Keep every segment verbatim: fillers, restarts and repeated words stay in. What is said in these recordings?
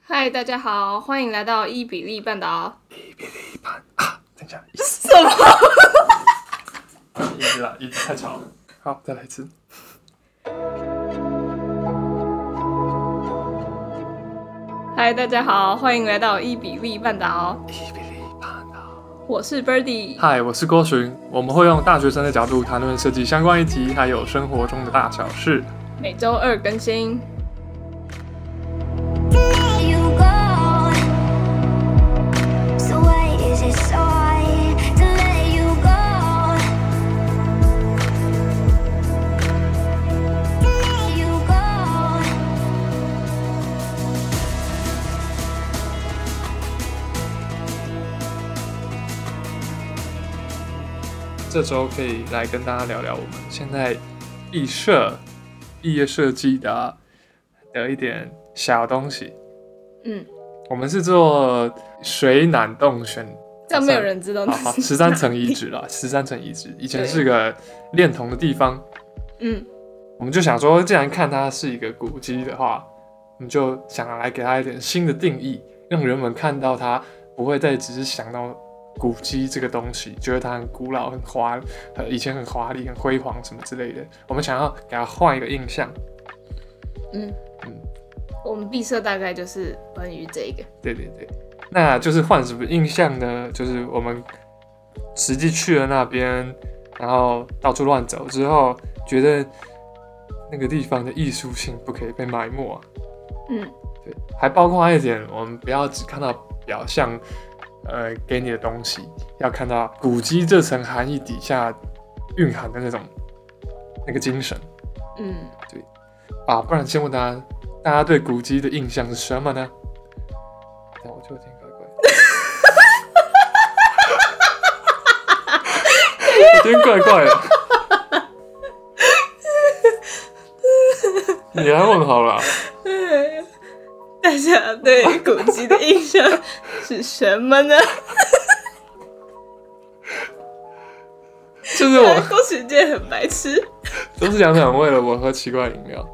嗨，大家好，欢迎来到伊比利半岛。 伊比利半啊，等一下， 什么？ 椅子啦，椅子太吵了。好，再来一次。 嗨，大家好，欢迎来到伊比利半岛。 伊比利半岛， 我是 Birdy。 嗨，我是郭寻。我们会用大学生的角度谈论设计相关议题，还有生活中的大小事。 每周二更新。 这周可以来跟大家聊聊我们现在毕设、毕业设计的的一点小东西。 嗯， 我们是做水湳洞选， 这样没有人知道。 好，十三层遗址啦，十三层遗址以前是个炼铜的地方。 嗯， 我们就想说，既然看它是一个古迹的话，我们就想来给它一点新的定义，让人们看到它不会再只是想到古迹这个东西，觉得它很古老、很华，呃，以前很华丽、很辉煌什么之类的。我们想要给它换一个印象。 嗯嗯，我们毕设大概就是关于这个。 对对对，那就是换什么印象呢？就是我们实际去了那边，然后到处乱走之后，觉得那个地方的艺术性不可以被埋没。 嗯， 对，还包括一点，我们不要只看到表象。呃，给你的东西要看到古迹这层含义底下蕴含的那种那个精神。 嗯， 对啊，不然先问大家，大家对古迹的印象是什么呢？那我就有点怪怪的，有点怪怪的。你来问好了。 大家对古迹的印象是什么呢？ 就是我郭寻今天很白痴， 都是杨想为了我喝奇怪饮料。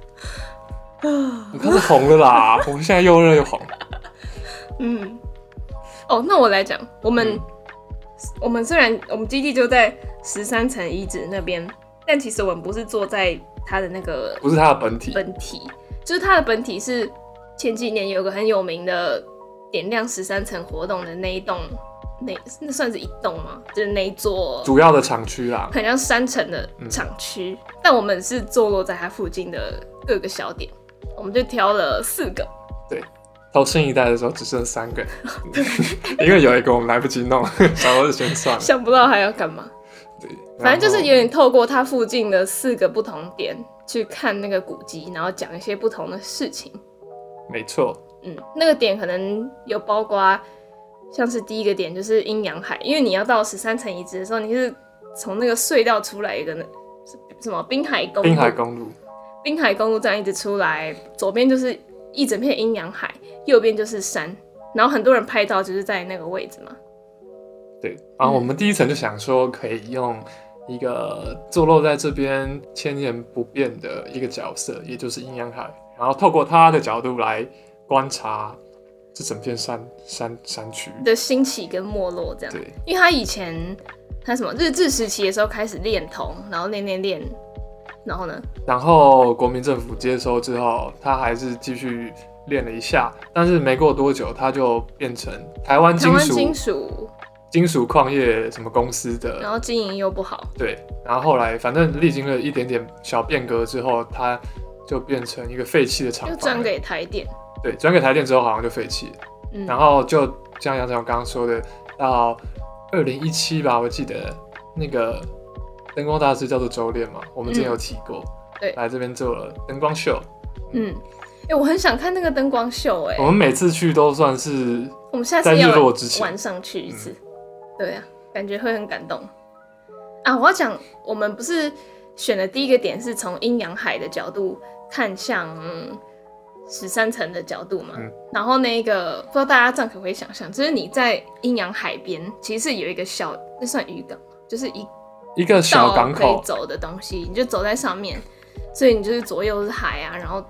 我开始红了啦！我现在又热又红。 嗯，哦，那我来讲，我们、嗯、我们虽然我们基地就在十三层遗址那边，但其实我们不是坐在它的那个， 不是它的本体， 本体就是它的本体是。前几年有个很有名的点亮十三层活动的那一栋，那那算是一栋吗？就是那一座主要的厂区啦， 很像山城的厂区、嗯。但我们是坐落在它附近的各个小点，我们就挑了四个。 对，到新一代的时候只剩三个，因为有一个我们来不及弄，想说就先算了。 想不到还要干嘛？ 对， 反正就是有点透过它附近的四个不同点去看那个古迹，然后讲一些不同的事情。 没错， 嗯，那个点可能有包括，像是第一个点就是阴阳海，因为你要到十三层遗址的时候，你是从那个隧道出来一个什么滨海公路， 滨海公路， 滨海公路这样一直出来，左边就是一整片阴阳海，右边就是山，然后很多人拍照就是在那个位置嘛。 对，然后我们第一层就想说可以用一个坐落在这边千年不变的一个角色，也就是阴阳海。然后透过他的角度来观察这整片山山山区的兴起跟没落，这样。 对， 因为他以前他什么日治时期的时候开始炼铜，然后练练练，然后呢？ 然后国民政府接收之后，他还是继续练了一下，但是没过多久，他就变成台湾金属金属金属矿业什么公司的， 然后经营又不好。 对，然后后来反正历经了一点点小变革之后，他就变成一个废弃的厂房， 就转给台电。 对，转给台电之后好像就废弃了、嗯。然后就像杨总刚刚说的，到二零一七吧，我记得那个灯光大师叫做周炼嘛，我们之前有提过，嗯、 对， 来这边做了灯光秀。 嗯，哎、欸，我很想看那个灯光秀、欸，哎， 我们每次去都算是我们下次在日落之前晚上去一次、嗯，对啊，感觉会很感动啊！我要讲，我们不是选的第一个点是从阴阳海的角度。看向十三层的角度嘛、嗯，然后那个不知道大家这样可不可以想象，就是你在阴阳海边，其实是有一个小，那算渔港，就是一一个小港口可以走的东西，你就走在上面，所以你就是左右是海啊，然后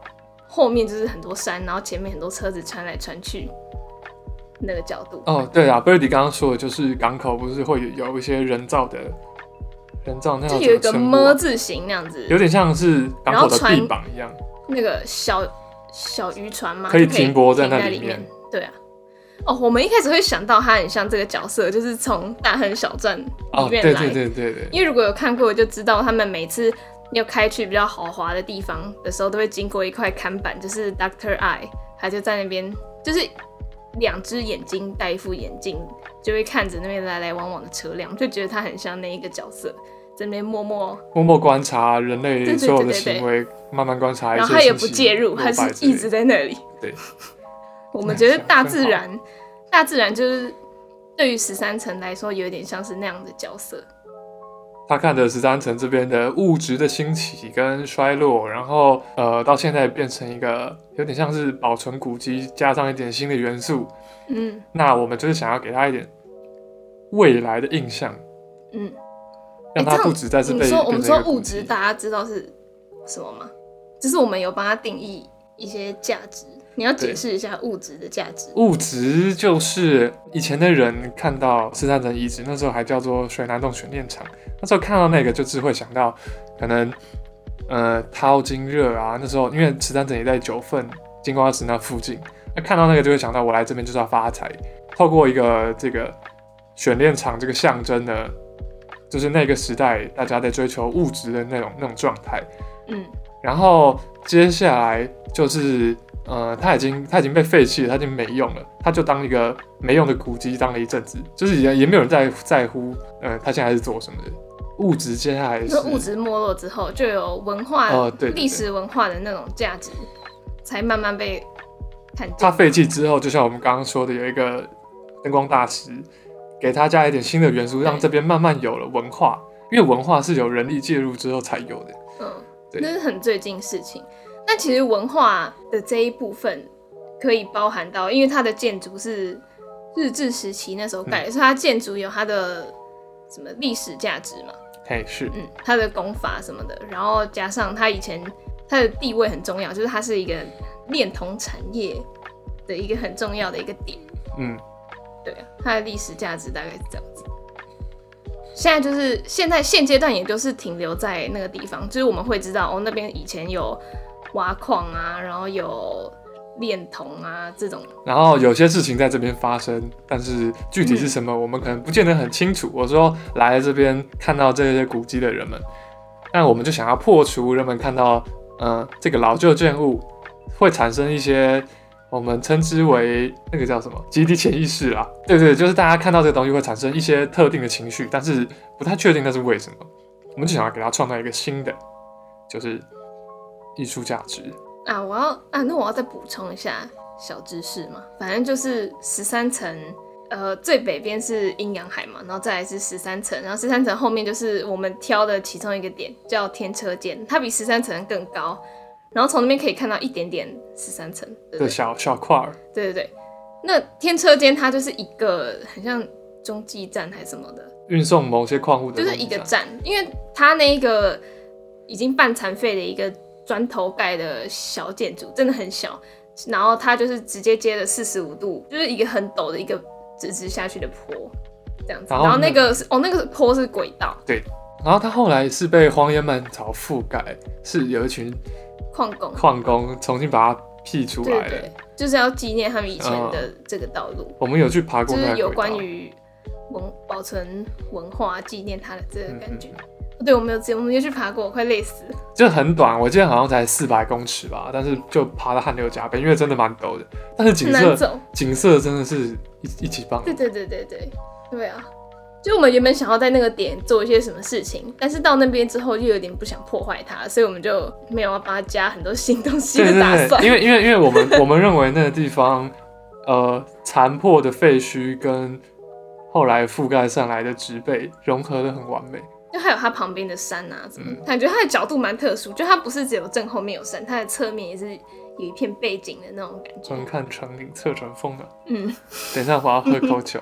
后面就是很多山，然后前面很多车子穿来穿去那个角度。 哦，对啊 ，Birdy 刚刚说的就是港口不是会有一些人造的。人造那就有一个么字形那样子， 有点像是港口的臂膀一样。 那个小小渔船嘛， 可以停泊在那里面。对啊，哦，我们一开始会想到他很像这个角色，就是从《大亨小传》里面来。 哦，对对对对对。 因为如果有看过，就知道他们每次要开去比较豪华的地方的时候，都会经过一块看板，就是 Doctor Eye， 他就在那边，就是两只眼睛戴一副眼镜，就会看着那边来来往往的车辆，就觉得他很像那一个角色。在那边默默默默观察人类所有的行为，对对对对慢慢观察一些， 然后他也不介入，他是一直在那里。 对， 我们觉得大自然，大自然就是对于十三层来说，有点像是那样的角色。 他看着十三层这边的物质的兴起跟衰落，然后呃，到现在变成一个有点像是保存古迹，加上一点新的元素。嗯，那我们就是想要给他一点未来的印象。嗯。让它不止再次被、欸、 你说我们说物质，大家知道是什么吗？就是我们有帮它定义一些价值，你要解释一下物质的价值。 物质就是以前的人看到十三层遗址，那时候还叫做水南洞选炼场，那时候看到那个就是会想到可能呃淘金热啊，那时候因为十三层也在九份金瓜石那附近，那看到那个就会想到我来这边就是要发财，透过一个这个选炼场这个象征的。就是那个时代，大家在追求物质的那种那种状态，嗯，然后接下来就是，呃，它已经它已经被废弃了，它已经没用了，它就当一个没用的古迹当了一阵子，就是也也没有人在在乎，呃，它现在是做什么的。物质接下来是物质没落之后，就有文化、 哦、对历史文化的那种价值，才慢慢被看见。 它废弃之后，就像我们刚刚说的，有一个灯光大师。给他加一点新的元素，让这边慢慢有了文化，因为文化是有人力介入之后才有的。 嗯，对，那是很最近事情。那其实文化的这一部分可以包含到，因为它的建筑是日治时期那时候盖的，嗯、所以它建筑有它的什么历史价值嘛？ 嘿，是， 嗯，它的工法什么的，然后加上它以前它的地位很重要，就是它是一个炼铜产业的一个很重要的一个点。嗯。对啊，它的历史价值大概是这样子。现在就是现在现阶段，也就是停留在那个地方，就是我们会知道哦，那边以前有挖矿啊，然后有炼铜啊这种。 然后有些事情在这边发生，但是具体是什么，嗯、我们可能不见得很清楚。我说来这边看到这些古迹的人们，但我们就想要破除人们看到呃这个老旧建物会产生一些。我们称之为那个叫什么集体潜意识啦，对对，就是大家看到这个东西会产生一些特定的情绪，但是不太确定那是为什么。我们就想要给它创造一个新的，就是艺术价值啊。我要啊，那我要再补充一下小知识嘛。反正就是十三层，呃，最北边是阴阳海嘛，然后再来是十三层，然后十三层后面就是我们挑的其中一个点叫天车间，它比十三层更高。然后从那边可以看到一点点十三层的小小块儿， 对对对。那天车间它就是一个很像中继站还是什么的， 运送某些矿物的， 就是一个站，因为它那一个已经半残废的一个砖头盖的小建筑，真的很小。然后它就是直接接了四十五度，就是一个很陡的一个直直下去的坡，这样子。然后那个哦，那个坡是轨道， 对。然后它后来是被荒烟蔓草覆盖，是有一群。 矿工， 矿工重新把它辟出来了， 对对，就是要纪念他们以前的这个道路。 嗯、我们有去爬过那个轨道， 就是有关于文保存文化、纪念它的这个感觉。嗯嗯对，我们有我们有去爬过，我快累死了。 就很短，我记得好像才四百公尺吧，但是就爬到汗流浃背，因为真的蛮陡的。但是景色景色真的是一一级棒。 对对对对对，对啊。就我们原本想要在那个点做一些什么事情，但是到那边之后就有点不想破坏它，所以我们就没有要帮它加很多新东西的打算。 对对对，因为因为因为我们我们认为那个地方，呃，残破的废墟跟后来覆盖上来的植被融合得很完美。 就还有它旁边的山啊，怎么、嗯、感觉它的角度蛮特殊，就它不是只有正后面有山，它的侧面也是有一片背景的那种感觉。 观看成岭侧成峰的。嗯，等一下我要喝口酒。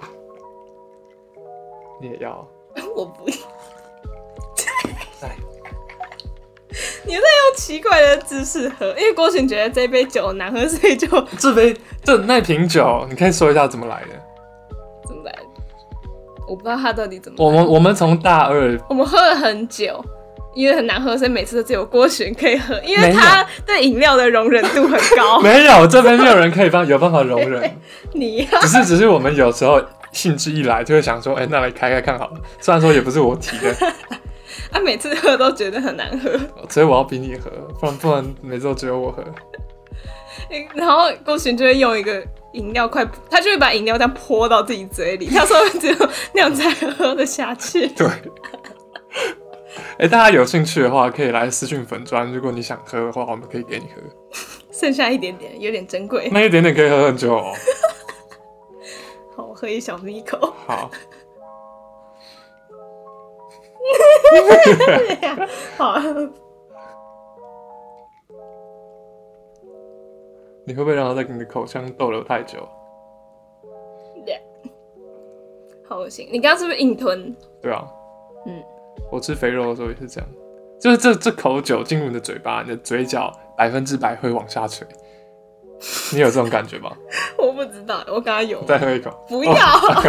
你也要？ 我不要。 你在用奇怪的姿势喝，因为郭洵觉得这杯酒难喝，所以就这杯这那瓶酒，你可以说一下怎么来的？ 怎么来的？我不知道它到底怎么来的。 我们我们从大二， 我们喝了很久，因为很难喝，所以每次都只有郭洵可以喝，因为他对饮料的容忍度很高。 没有，这边没有人可以帮有办法容忍。 你呀、啊， 只是只是我们有时候兴致一来，就会想说，哎、欸，那来开开看好了。虽然说也不是我提的。 他、啊、每次喝都觉得很难喝， 所以我要比你喝，不然不然每次都只有我喝。 然后郭洵就会用一个饮料快，他就会把饮料这样泼到自己嘴里，他说只有那样才喝得下去。 对。哎、欸，大家有兴趣的话，可以来私讯粉专。如果你想喝的话，我们可以给你喝。 剩下一点点，有点珍贵。 那一点点可以喝很久哦。 好，我喝一小米口。 好。 好。 你会不会让他在你的口腔逗留太久？ 好恶心！你刚刚是不是硬吞？ 对啊。 嗯。 我吃肥肉的时候也是这样，就是这这口酒进入你的嘴巴，你的嘴角百分之百会往下垂。你有这种感觉吗？ 我不知道，我刚刚有。 再喝一口。 不要。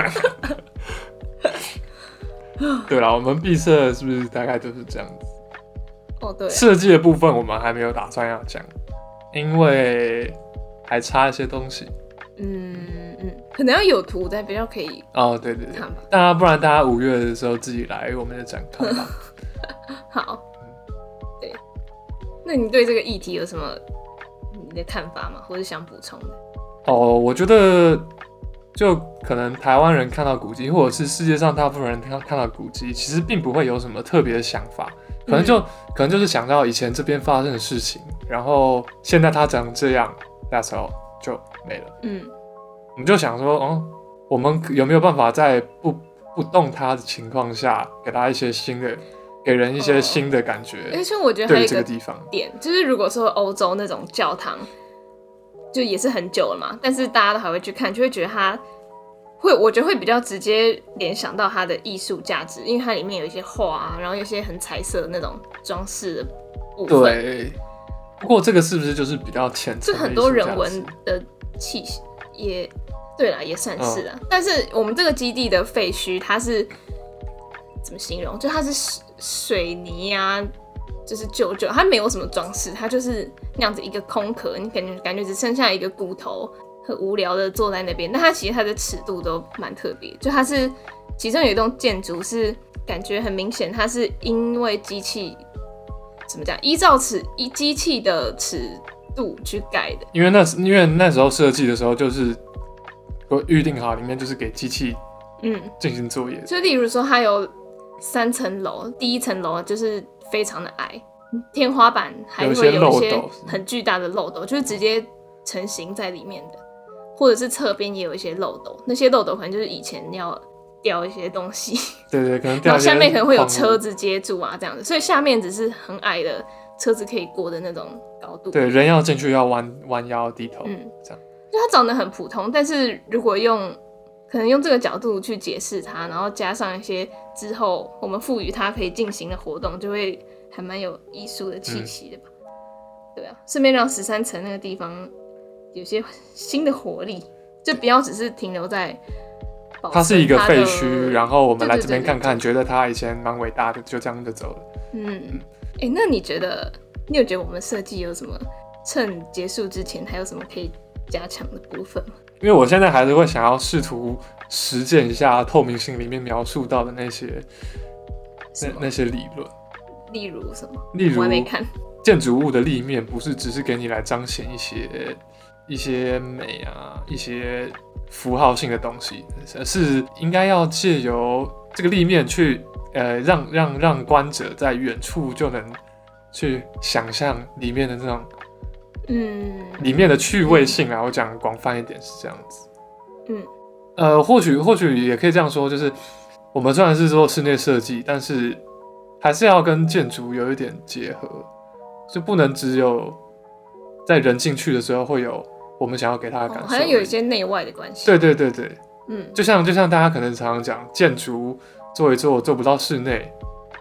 哦、对啦，我们毕设是不是大概就是这样子？ 哦，对。 设计的部分我们还没有打算要讲，因为还差一些东西。 嗯嗯，可能要有图才比较可以哦，对对对， 看吧。 大家不然大家五月的时候自己来我们的展看吧。 好，对。那你对这个议题有什么你的看法吗？或者想补充的？ 哦，我觉得就可能台湾人看到古迹，或者是世界上大部分人看看到古迹，其实并不会有什么特别的想法，可能就、嗯、可能就是想到以前这边发生的事情，然后现在它长这样 ，that's all 就没了。嗯，我们就想说，哦，我们有没有办法在不不动它的情况下，给它一些新的，给人一些新的感觉？ 而且我觉得还有一个地方点，就是如果说欧洲那种教堂，就也是很久了嘛，但是大家都还会去看，就会觉得它会，我觉得会比较直接联想到它的艺术价值，因为它里面有一些画啊，然后有一些很彩色的那种装饰的部分。 对。不过这个是不是就是比较浅层的艺术价值？就很多人文的气息，也对啦，也算是啊、嗯。但是我们这个基地的废墟，它是怎么形容？就它是水泥啊，就是旧旧，它没有什么装饰，它就是那样子一个空壳，你感觉感觉只剩下一个骨头，很无聊的坐在那边。但它其实它的尺度都蛮特别，就它是其中有一栋建筑是感觉很明显，它是因为机器。怎么讲？依照尺依机器的尺度去盖的， 因为那因为那时候设计的时候就是预定好，里面就是给机器嗯进行作业。 就例如说，它有三层楼，第一层楼就是非常的矮，天花板还会有一些很巨大的漏斗，就是直接成型在里面的，或者是侧边也有一些漏斗，那些漏斗可能就是以前要。掉一些东西， 对对，可能掉一些， 然后下面可能会有车子接住啊，这样子，所以下面只是很矮的车子可以过的那种高度。 对，人要进去要弯弯腰低头，嗯，这样。 就它长得很普通，但是如果用可能用这个角度去解释它，然后加上一些之后我们赋予它可以进行的活动，就会还蛮有艺术的气息的吧？嗯、对啊，顺便让十三层那个地方有些新的活力，就不要只是停留在。 它是一个废墟，然后我们来这边看看，觉得它以前蛮伟大的，就这样就走了。 嗯，哎、欸，那你觉得，你有觉得我们设计有什么趁结束之前还有什么可以加强的部分吗？ 因为我现在还是会想要试图实践一下透明性里面描述到的那些那那些理论。 例如什么？ 例如我还没看。 建筑物的立面不是只是给你来彰显一些一些美啊，一些。符号性的东西是应该要借由这个立面去，呃，让让让观者在远处就能去想象里面的那种，嗯，里面的趣味性啊。我讲广泛一点是这样子，嗯，呃，或许或许也可以这样说，就是我们虽然是做室内设计，但是还是要跟建筑有一点结合，就不能只有在人进去的时候会有。我们想要给他的感受、哦， 好像有一些内外的关系。 对对对对，嗯，就像就像大家可能常常讲，建筑做一做做不到室内，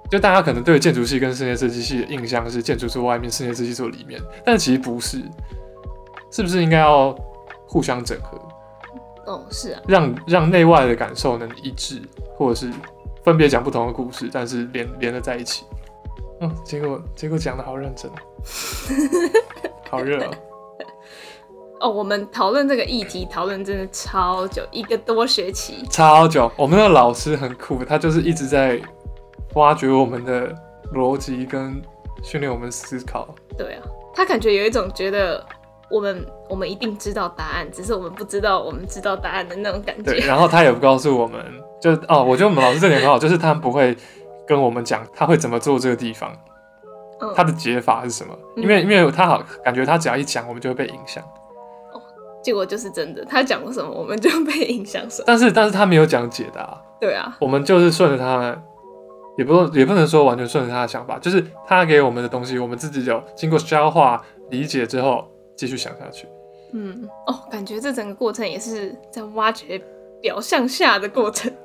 就大家可能对建筑系跟室内设计系的印象是建筑所外面，室内设计所里面，但其实不是，是不是应该要互相整合？ 哦，是啊， 让让内外的感受能一致，或者是分别讲不同的故事，但是连连得在一起。嗯，结果结果讲的好认真，好热哦。 哦，我们讨论这个议题讨论真的超久，一个多学期， 超久。我们的老师很酷，他就是一直在挖掘我们的逻辑跟训练我们思考。 对啊，他感觉有一种觉得我们我们一定知道答案，只是我们不知道我们知道答案的那种感觉。 对，然后他也不告诉我们，就哦，我觉得我们老师这点很好，就是他不会跟我们讲他会怎么做这个地方，嗯、他的解法是什么，因为因为他好感觉他只要一讲，我们就会被影响。 结果就是真的，他讲了什么，我们就被影响什么。 但是，但是他没有讲解答。 对啊， 我们就是顺着他，也不也不能说完全顺着他的想法，就是他给我们的东西，我们自己有经过消化、理解之后，继续想下去。 嗯，哦，感觉这整个过程也是在挖掘表象下的过程。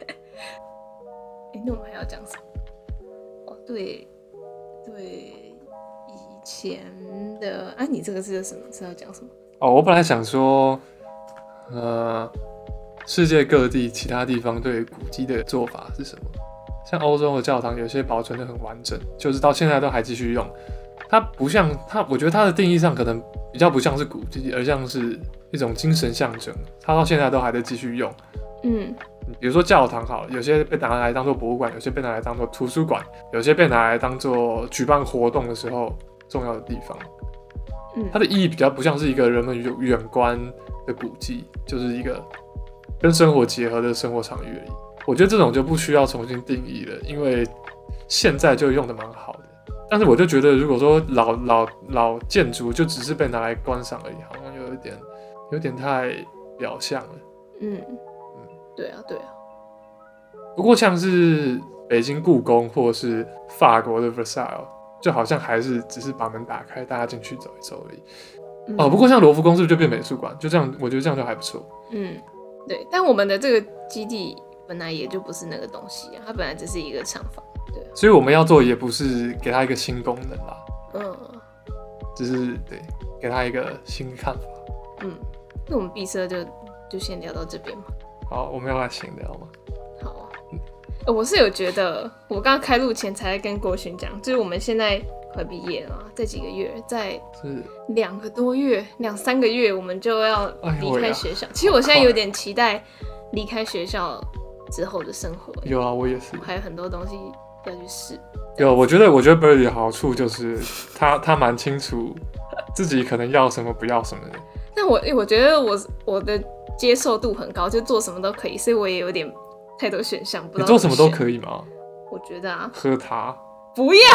哎，那我们还要讲什么？哦，对，对，以前的啊，你这个是什么？是要讲什么？ 哦，我本来想说，呃，世界各地其他地方对古迹的做法是什么？像欧洲的教堂，有些保存得很完整，就是到现在都还继续用。它不像它，我觉得它的定义上可能比较不像是古迹，而像是一种精神象征。它到现在都还在继续用。嗯，比如说教堂好了，有些被拿来当做博物馆，有些被拿来当做图书馆，有些被拿来当做举办活动的时候重要的地方。它的意义比较不像是一个人们远观的古迹，就是一个跟生活结合的生活场域而已。我觉得这种就不需要重新定义了，因为现在就用的蛮好的。但是我就觉得，如果说老老老建筑就只是被拿来观赏而已，好像有一点有点太表象了。嗯嗯， 对啊对啊。 不过像是北京故宫或者是法国的 Versailles。就好像还是只是把门打开，大家进去走一走而已。嗯、哦，不过像罗浮宫是不是就变美术馆？就这样，我觉得这样就还不错。 嗯，对。但我们的这个基地本来也就不是那个东西啊，它本来只是一个厂房。对、啊。 所以我们要做也不是给它一个新功能啦，嗯，只是对给它一个新看法。 嗯，那我们闭塞就就先聊到这边嘛。 好，我们要来闲聊吗？ 好啊。我是有觉得，我刚刚开录前才跟国勋讲，就是我们现在快毕业了嘛，在几个月，在两个多月、两三个月，我们就要离开学校。哎、其实我现在有点期待离开学校之后的生活。 有啊，我也是， 还有很多东西要去试。 有，我觉得，我觉得 Birdy 的好处就是他他蛮清楚自己可能要什么，不要什么的。 但我我觉得我我的接受度很高，就做什么都可以，所以我也有点。太多选项，不知道你做什么都可以吗？ 我觉得啊， 喝茶不要。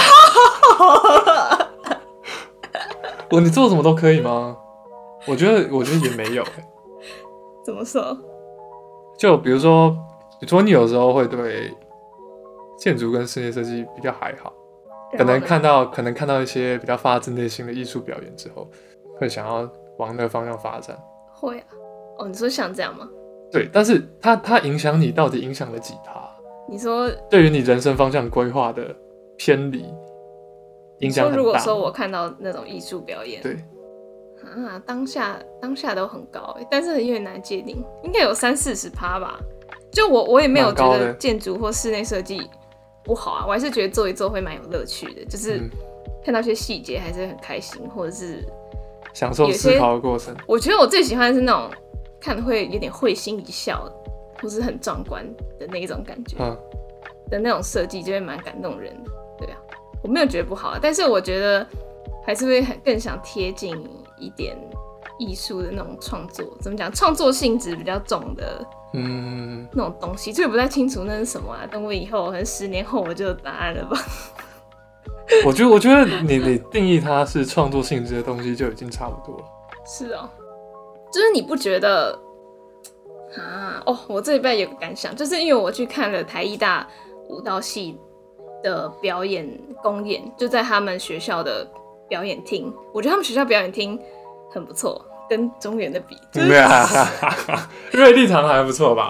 我你做什么都可以吗？我觉得，我觉得也没有、欸。 怎么说？ 就比如说，比如说你有时候会对建筑跟室内设计比较还好，可能看到可能看到一些比较发自内心的艺术表演之后，会想要往那个方向发展。 会啊，哦，你说像这样吗？ 对，但是它它影响你到底影响了几趴？ 你说对于你人生方向规划的偏离，影响很大。 如果说我看到那种艺术表演， 对啊，当下当下都很高，但是有点难界定，应该有三四十趴吧。就我我也没有觉得建筑或室内设计不好啊，我还是觉得做一做会蛮有乐趣的，就是看到一些细节还是很开心，或者是享受思考的过程。 我觉得我最喜欢的是那种。看会有点会心一笑，或是很壮观的那一种感觉，嗯、的那种设计就会蛮感动人的。对啊，我没有觉得不好啊，但是我觉得还是会更想贴近一点艺术的那种创作。怎么讲？创作性质比较重的，嗯，那种东西，就也不太清楚那是什么啊。等我以后，可能十年后我就有答案了吧。 我觉得，我觉得你你定义它是创作性质的东西就已经差不多了。 是哦。就是你不觉得啊？哦，我这礼拜有个感想，就是因为我去看了台艺大舞蹈系的表演公演，就在他们学校的表演厅，我觉得他们学校表演厅很不错，跟中原的比，就是、 瑞丽堂还不错吧？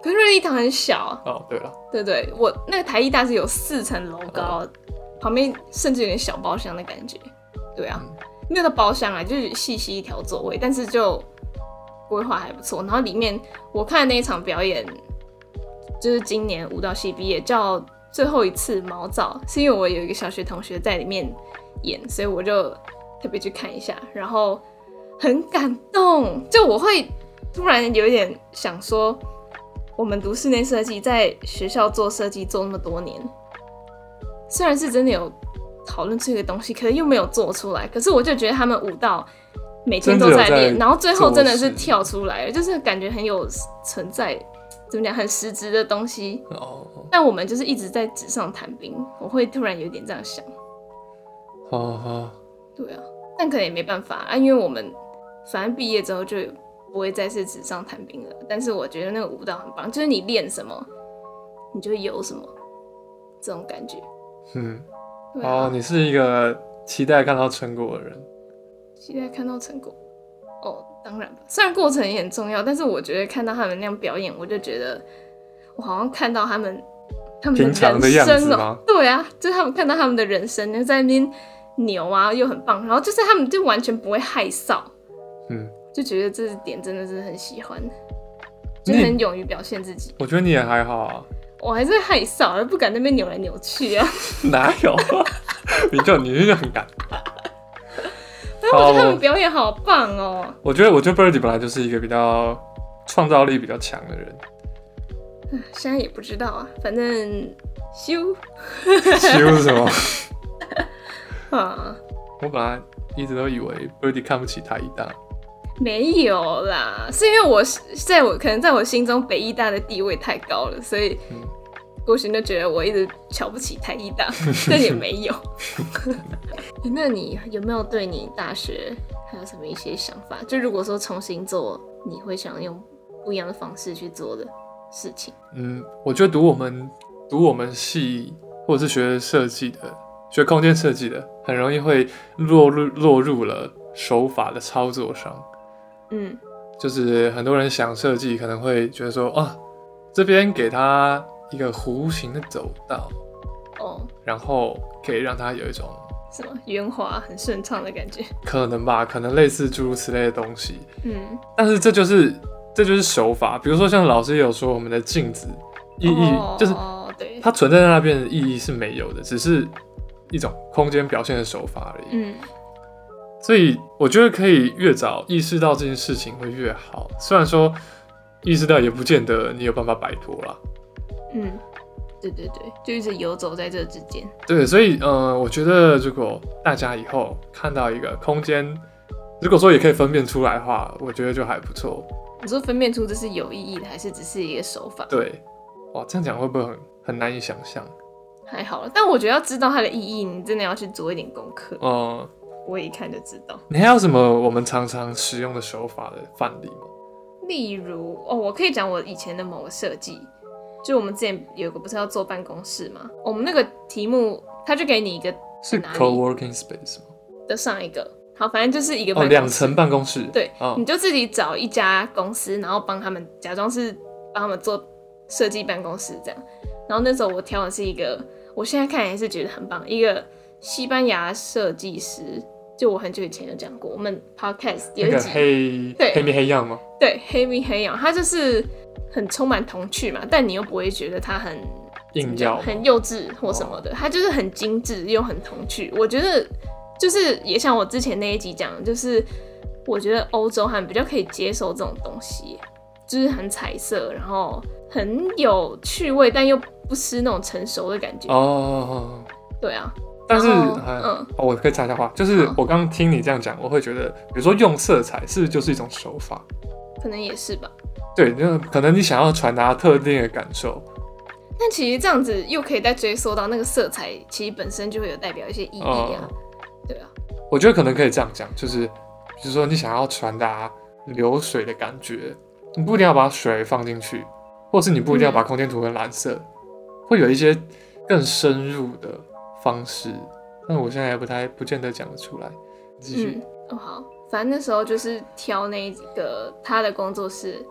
可是瑞丽堂很小啊。 哦，对了， 对对，我那个台艺大是有四层楼高，哦、旁边甚至有点小包厢的感觉。对啊，嗯、没有到包厢啊，就是细细一条座位，但是就规划还不错。然后里面我看的那一场表演，就是今年舞蹈系毕业叫最后一次毛躁，是因为我有一个小学同学在里面演，所以我就特别去看一下，然后很感动。就我会突然有一点想说，我们读室内设计，在学校做设计做那么多年，虽然是真的有讨论这个东西，可是又没有做出来。可是我就觉得他们舞蹈每天都在练，然后最后真的是跳出来了，就是感觉很有存在，怎么讲，很实质的东西。哦。但我们就是一直在纸上谈兵，我会突然有点这样想。 好好。 对啊，但可能也没办法啊，因为我们反正毕业之后就不会再是纸上谈兵了。但是我觉得那个舞蹈很棒，就是你练什么，你就有什么，这种感觉。嗯。啊、 哦，你是一个期待看到成果的人。 期待看到成果。哦，当然吧，虽然过程也很重要，但是我觉得看到他们那样表演，我就觉得我好像看到他们他们的人生、喔、 平常的样子吗？ 对啊，就是他们看到他们的人生，在那边扭啊，又很棒，然后就是他们就完全不会害臊，嗯，就觉得这点真的是很喜欢，就很勇于表现自己。 我觉得你也还好啊， 我还是会害臊，不敢那边扭来扭去啊。 哪有？你就你就很敢。 但我觉得他们表演好棒哦。 我觉得，我觉得 Birdy 本来就是一个比较创造力比较强的人。 现在也不知道啊，反正修修是什么？ 啊， 我本来一直都以为 Birdy 看不起台艺大。 没有啦，是因为我在我可能在我心中北艺大的地位太高了，所以郭洵就觉得我一直瞧不起台艺大，但也没有。那你有没有对你大学还有什么一些想法？就如果说重新做，你会想用不一样的方式去做的事情？ 嗯，我觉得读我们读我们系或者是学设计的、学空间设计的，很容易会落入落入了手法的操作上。嗯，就是很多人想设计，可能会觉得说啊，这边给他一个弧形的走道，哦，然后可以让它有一种什么圆滑、很顺畅的感觉， 可能吧，可能类似诸如此类的东西。嗯，但是这就是这就是手法。比如说像老师也有说，我们的镜子意义、哦、就是它存在在那边的意义是没有的，只是一种空间表现的手法而已。嗯。所以我觉得可以越早意识到这件事情会越好，虽然说意识到也不见得你有办法摆脱啦。 嗯，对对对，就一直游走在这之间。 对，所以呃，我觉得如果大家以后看到一个空间，如果说也可以分辨出来的话，我觉得就还不错。 你说分辨出这是有意义的，还是只是一个手法？ 对，哇，这样讲会不会很很难以想象？ 还好，但我觉得要知道它的意义，你真的要去做一点功课。哦、嗯。我一看就知道。 你还有什么我们常常使用的手法的范例吗？ 例如，哦，我可以讲我以前的某个设计，就我们之前有个不是要做办公室吗？我们那个题目，他就给你一个是 co-working space 吗？ 的上一个，好，反正就是一个办公室， 哦，两层办公室。 对，哦、你就自己找一家公司，然后帮他们假装是帮他们做设计办公室这样。然后那时候我挑的是一个，我现在看也是觉得很棒，一个西班牙设计师。就我很久以前有讲过，我们 podcast 有一集、 那個、黑对黑米黑样吗？ 对，黑米黑样，它就是很充满童趣嘛，但你又不会觉得它很硬要、 很幼稚或什么的，它就是很精致又很童趣。我觉得就是也像我之前那一集讲，就是我觉得欧洲还比较可以接受这种东西，就是很彩色，然后很有趣味，但又不失那种成熟的感觉。哦，对啊。 但是，嗯、哦，我可以插一下话，就是我刚刚听你这样讲，我会觉得，比如说用色彩是不是就是一种手法？ 可能也是吧。 对，就可能你想要传达特定的感受， 但其实这样子又可以再追溯到那个色彩，其实本身就会有代表一些意义啊。嗯、对啊， 我觉得可能可以这样讲，就是比如说你想要传达流水的感觉，你不一定要把水放进去，或是你不一定要把空间涂成蓝色，嗯、会有一些更深入的方式，但我现在也不太不见得讲得出来。继续。 嗯，哦好，反正那时候就是挑那个他的工作室，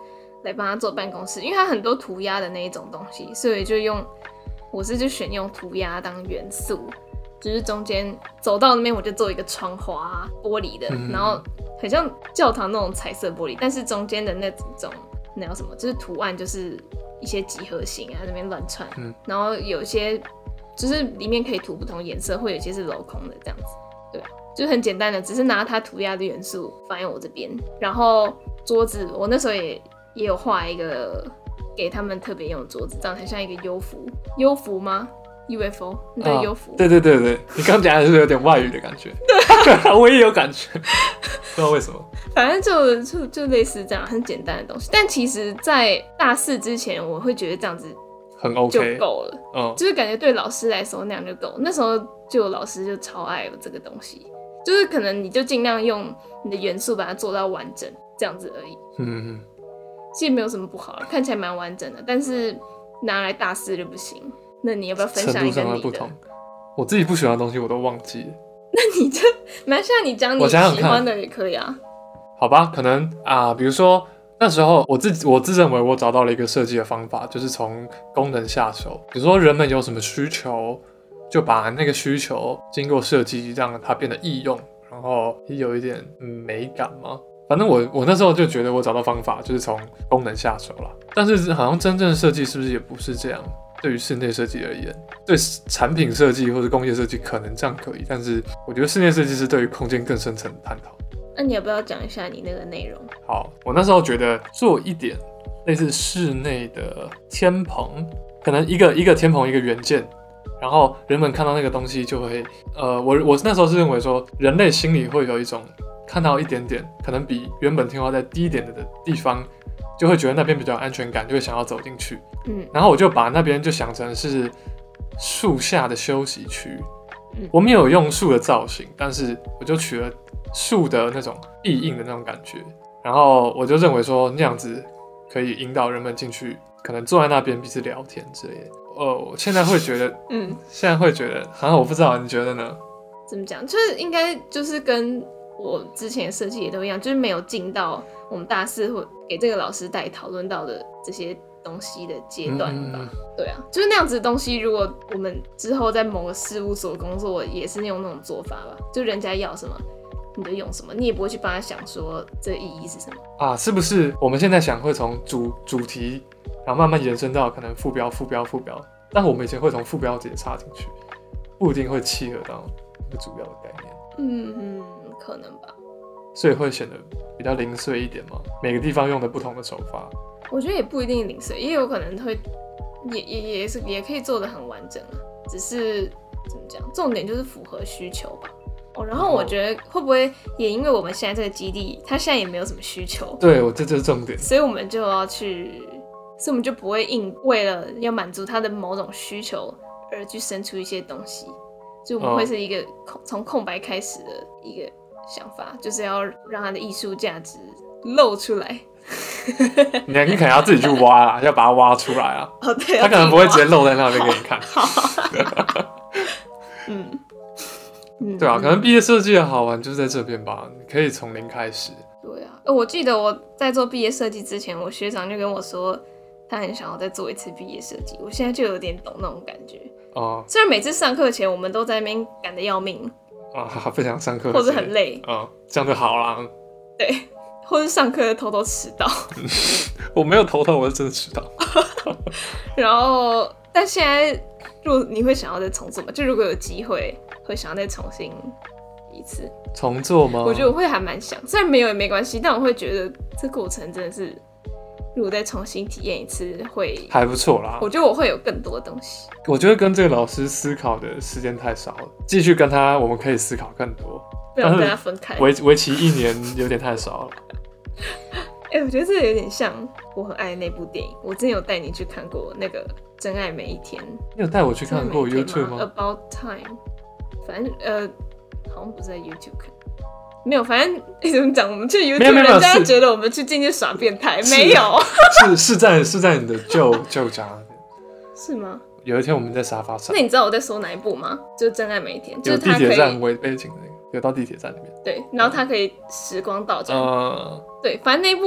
来帮他做办公室，因为他很多涂鸦的那一种东西，所以就用我是就选用涂鸦当元素，就是中间走到那边我就做一个窗花玻璃的，嗯、然后很像教堂那种彩色玻璃，但是中间的那种那叫什么，就是图案就是一些几何形啊，那边乱串，嗯、然后有一些就是里面可以涂不同颜色，会有一些是镂空的这样子，对，就是很简单的，只是拿它涂鸦的元素放在我这边，然后桌子我那时候也也有画一个给他们特别用的桌子，长得很像一个幽浮，幽浮吗 ？U F O 那个幽浮、 啊？对对对对，你刚讲的是有点外语的感觉，对，我也有感觉，不知道为什么。 反正就就就类似这样很简单的东西，但其实，在大四之前，我会觉得这样子很 OK 就够了，嗯，就是感觉对老师来说那样就够。那时候就有老师就超爱这个东西，就是可能你就尽量用你的元素把它做到完整，这样子而已。嗯，其实没有什么不好，看起来蛮完整的，但是拿来大四就不行。那你要不要分享一个你的？程度上的不同， 我自己不喜欢的东西我都忘记了。 那你就蛮像你讲你喜欢的也可以啊。 好吧，可能啊，比如说那时候我自我自认为我找到了一个设计的方法，就是从功能下手。比如说人们有什么需求，就把那个需求经过设计让它变得易用，然后也有一点、嗯、美感嘛。反正我我那时候就觉得我找到方法就是从功能下手啦。但是好像真正的设计是不是也不是这样？对于室内设计而言，对产品设计或者工业设计可能这样可以，但是我觉得室内设计是对于空间更深层的探讨。 那你要不要讲一下你那个内容？ 好，我那时候觉得做一点类似室内的天棚，可能一个一个天棚一个元件，然后人们看到那个东西就会，呃，我我那时候是认为说，人类心里会有一种看到一点点，可能比原本天花在低一点的地方，就会觉得那边比较有安全感，就会想要走进去。嗯，然后我就把那边就想成是树下的休息区。嗯，我没有用树的造型，但是我就取了树的那种意印的那种感觉，然后我就认为说那样子可以引导人们进去，可能坐在那边彼此聊天之类的。呃，我现在会觉得，嗯，现在会觉得，好像我不知道，你觉得呢？ 怎么讲？就是应该就是跟我之前的设计也都一样，就是没有进到我们大四或给这个老师带讨论到的这些东西的阶段吧。嗯、对啊，就是那样子的东西，如果我们之后在某个事务所工作，也是用那种做法吧，就人家要什么你就用什么，你也不会去帮他想说这个意义是什么啊？是不是我们现在想会从主主题，然后慢慢延伸到可能副标、副标、副标，但我们以前会从副标直接插进去，不一定会契合到一个主要的概念。 嗯嗯，可能吧。 所以会显得比较零碎一点嘛，每个地方用的不同的手法。 我觉得也不一定零碎，也有可能会也也也是也可以做得很完整啊，只是怎么讲，重点就是符合需求吧。哦，然后我觉得会不会也因为我们现在这个基地，它现在也没有什么需求， 对，我这就是重点， 所以我们就要去，所以我们就不会硬为了要满足它的某种需求而去生出一些东西，就我们会是一个从、哦、空白开始的一个想法，就是要让它的艺术价值露出来。 你你可能要自己去挖啦，要把它挖出来啊。 哦，对， 它可能不会直接露在那边给你看。 好，嗯。 对啊，可能毕业设计的好玩就是在这边吧，你可以从零开始。 对啊，我记得我在做毕业设计之前，我学长就跟我说，他很想要再做一次毕业设计。我现在就有点懂那种感觉。哦。虽然每次上课前我们都在那边赶得要命啊，不想上课， 或者很累啊，这样就好啦。 对，或是上课偷偷迟到。 我没有偷偷，我是真的迟到。 然后，但现在如果你会想要再重做吗？就如果有机会。会想要再重新一次重做吗？ 我觉得我会还蛮想，虽然没有也没关系，但我会觉得这过程真的是，如果再重新体验一次，会还不错啦。 我觉得我会有更多的东西。 我觉得跟这个老师思考的时间太少了，继续跟他，我们可以思考更多。 不要跟他分开， 为为期一年有点太少了。 哎、欸，我觉得这有点像我很爱的那部电影，我之前有带你去看过那个《真爱每一天》。 你有带我去看过 YouTube 吗 ？About Time。反正呃，好像不是在 YouTube 看，没有。反正你怎么讲？我们去 YouTube， 人家觉得我们去进去耍变态，没有。 是是在是在你的旧旧家那边， 是吗？ 有一天我们在沙发上。 那你知道我在说哪一部吗？就是《真爱每一天》，就是有地铁站为背景的那个，有到地铁站里面。 对，然后它可以时光倒转。嗯、呃，对，反正那一部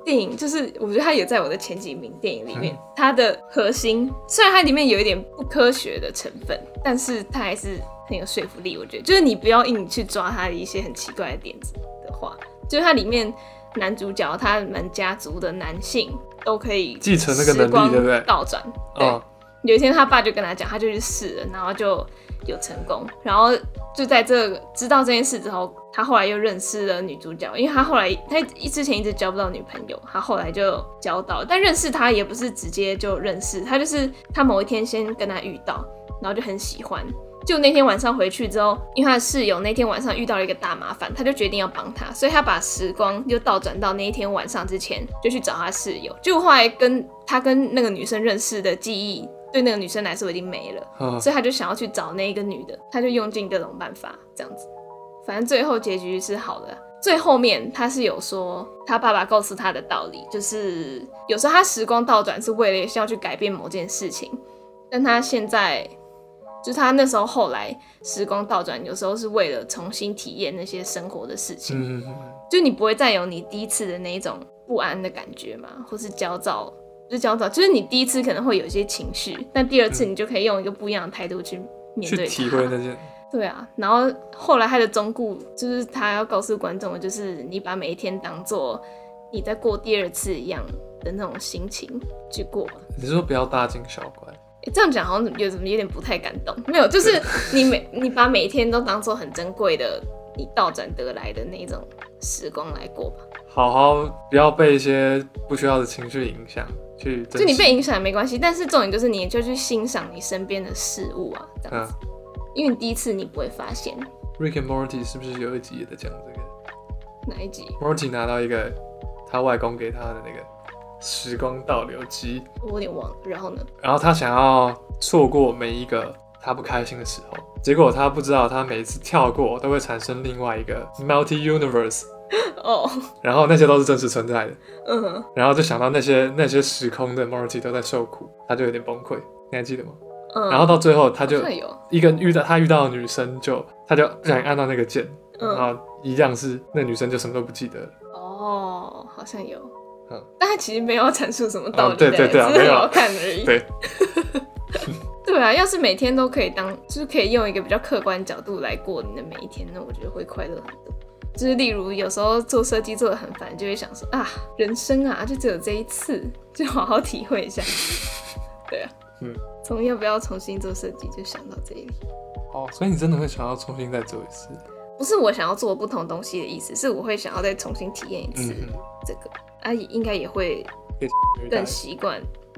电影就是我觉得它也在我的前几名电影里面，嗯、它的核心虽然它里面有一点不科学的成分，但是它还是很有说服力。我觉得就是你不要硬去抓它的一些很奇怪的点子的话，就是它里面男主角他们家族的男性都可以继承那个能力，对不对？ 倒转，对。哦、有一天他爸就跟他讲，他就去试了，然后就有成功。然后就在这个知道这件事之后，他后来又认识了女主角，因为他后来他之前一直交不到女朋友，他后来就交到，但认识他也不是直接就认识，他就是他某一天先跟他遇到，然后就很喜欢。就那天晚上回去之后，因为他的室友那天晚上遇到了一个大麻烦，他就决定要帮他，所以他把时光又倒转到那一天晚上之前，就去找他室友。结果后来跟他跟那个女生认识的记忆，对那个女生来说已经没了，嗯、所以他就想要去找那个女的，他就用尽各种办法这样子。反正最后结局是好的。最后面他是有说他爸爸告诉他的道理，就是有时候他时光倒转是为了要去改变某件事情，但他现在。就是他那时候后来时光倒转，有时候是为了重新体验那些生活的事情，嗯、就你不会再有你第一次的那一种不安的感觉嘛，或是焦躁，就是焦躁，就是你第一次可能会有一些情绪，但第二次你就可以用一个不一样的态度去面对它， 去体会那些。 对啊，然后后来他的忠告就是他要告诉观众的，就是你把每一天当做你在过第二次一样的那种心情去过。 你是说不要大惊小怪？ 欸、这样讲好像有有点不太感动，没有，就是你每你把每一天都当作很珍贵的，你倒转得来的那种时光来过吧。 好好不要被一些不需要的情绪影响，去就你被影响也没关系，但是重点就是你就去欣赏你身边的事物啊，这样子，嗯、因为你第一次你不会发现。 Rick and Morty 是不是有一集也在讲这个？ 哪一集 ？Morty 拿到一个他外公给他的那个。时光倒流机， 我有点忘了。然后呢？ 然后他想要错过每一个他不开心的时候，结果他不知道，他每一次跳过都会产生另外一个 multi universe。哦。然后那些都是真实存在的。嗯哼。然后就想到那些那些时空的 Morty 都在受苦，他就有点崩溃。你还记得吗？嗯。然后到最后，他就一个遇到他遇到的女生就，他就不小心按到那个键，嗯、然后一样是那女生就什么都不记得了。 哦，好像有。但他其实没有阐述什么道理， 哦、对对对、啊， 只是很好看而已。 对， 对啊，要是每天都可以当，就是可以用一个比较客观角度来过你的每一天，那我觉得会快乐很多。就是例如有时候做设计做得很烦，就会想说啊，人生啊，就只有这一次，就好好体会一下。对啊，嗯，从要不要重新做设計就想到这里。 哦，所以你真的会想要重新再做一次？ 不是我想要做不同东西的意思，是我会想要再重新体验一次这个。嗯啊，应该也会更习惯。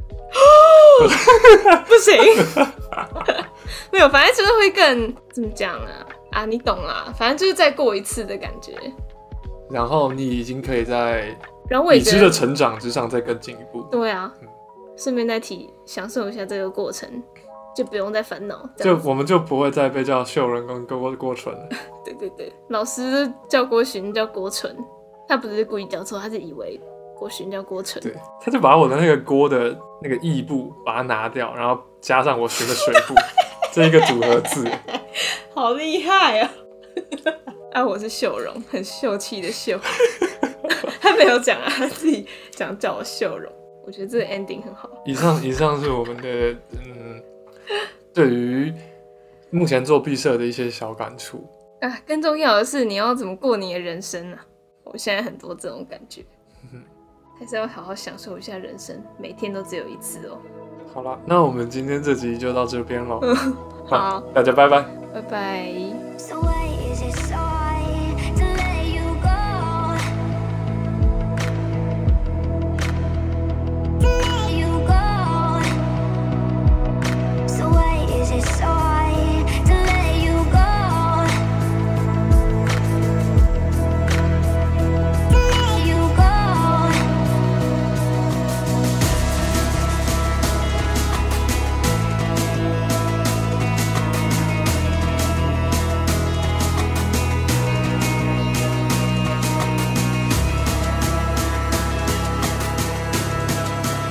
不行，没有，反正就是会更怎么讲啊？啊，你懂啦，反正就是再过一次的感觉。 然后你已经可以在然后我也已知的成长之上再更进一步。 对啊，顺、嗯、便再体享受一下这个过程，就不用再烦恼。 就我们就不会再被叫秀人跟郭郭纯了。 对对对，老师叫郭洵叫郭纯，他不是故意叫错，他是以为。郭洵叫郭纯， 对，他就把我的那个郭的那个义部把它拿掉，然后加上我洵的水部，这一个组合字， 好厉害啊！啊，我是秀容，很秀气的秀，他没有讲啊，他自己讲叫我秀容，我觉得这个 ending 很好。 以上以上是我们的嗯，对于目前做毕设的一些小感触啊，更重要的是你要怎么过你的人生啊！我现在很多这种感觉。还是要好好享受一下人生，每天都只有一次哦。 好了，那我们今天这集就到这边咯。 好， 大家拜拜， 拜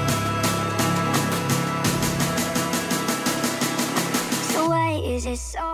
拜。Is it so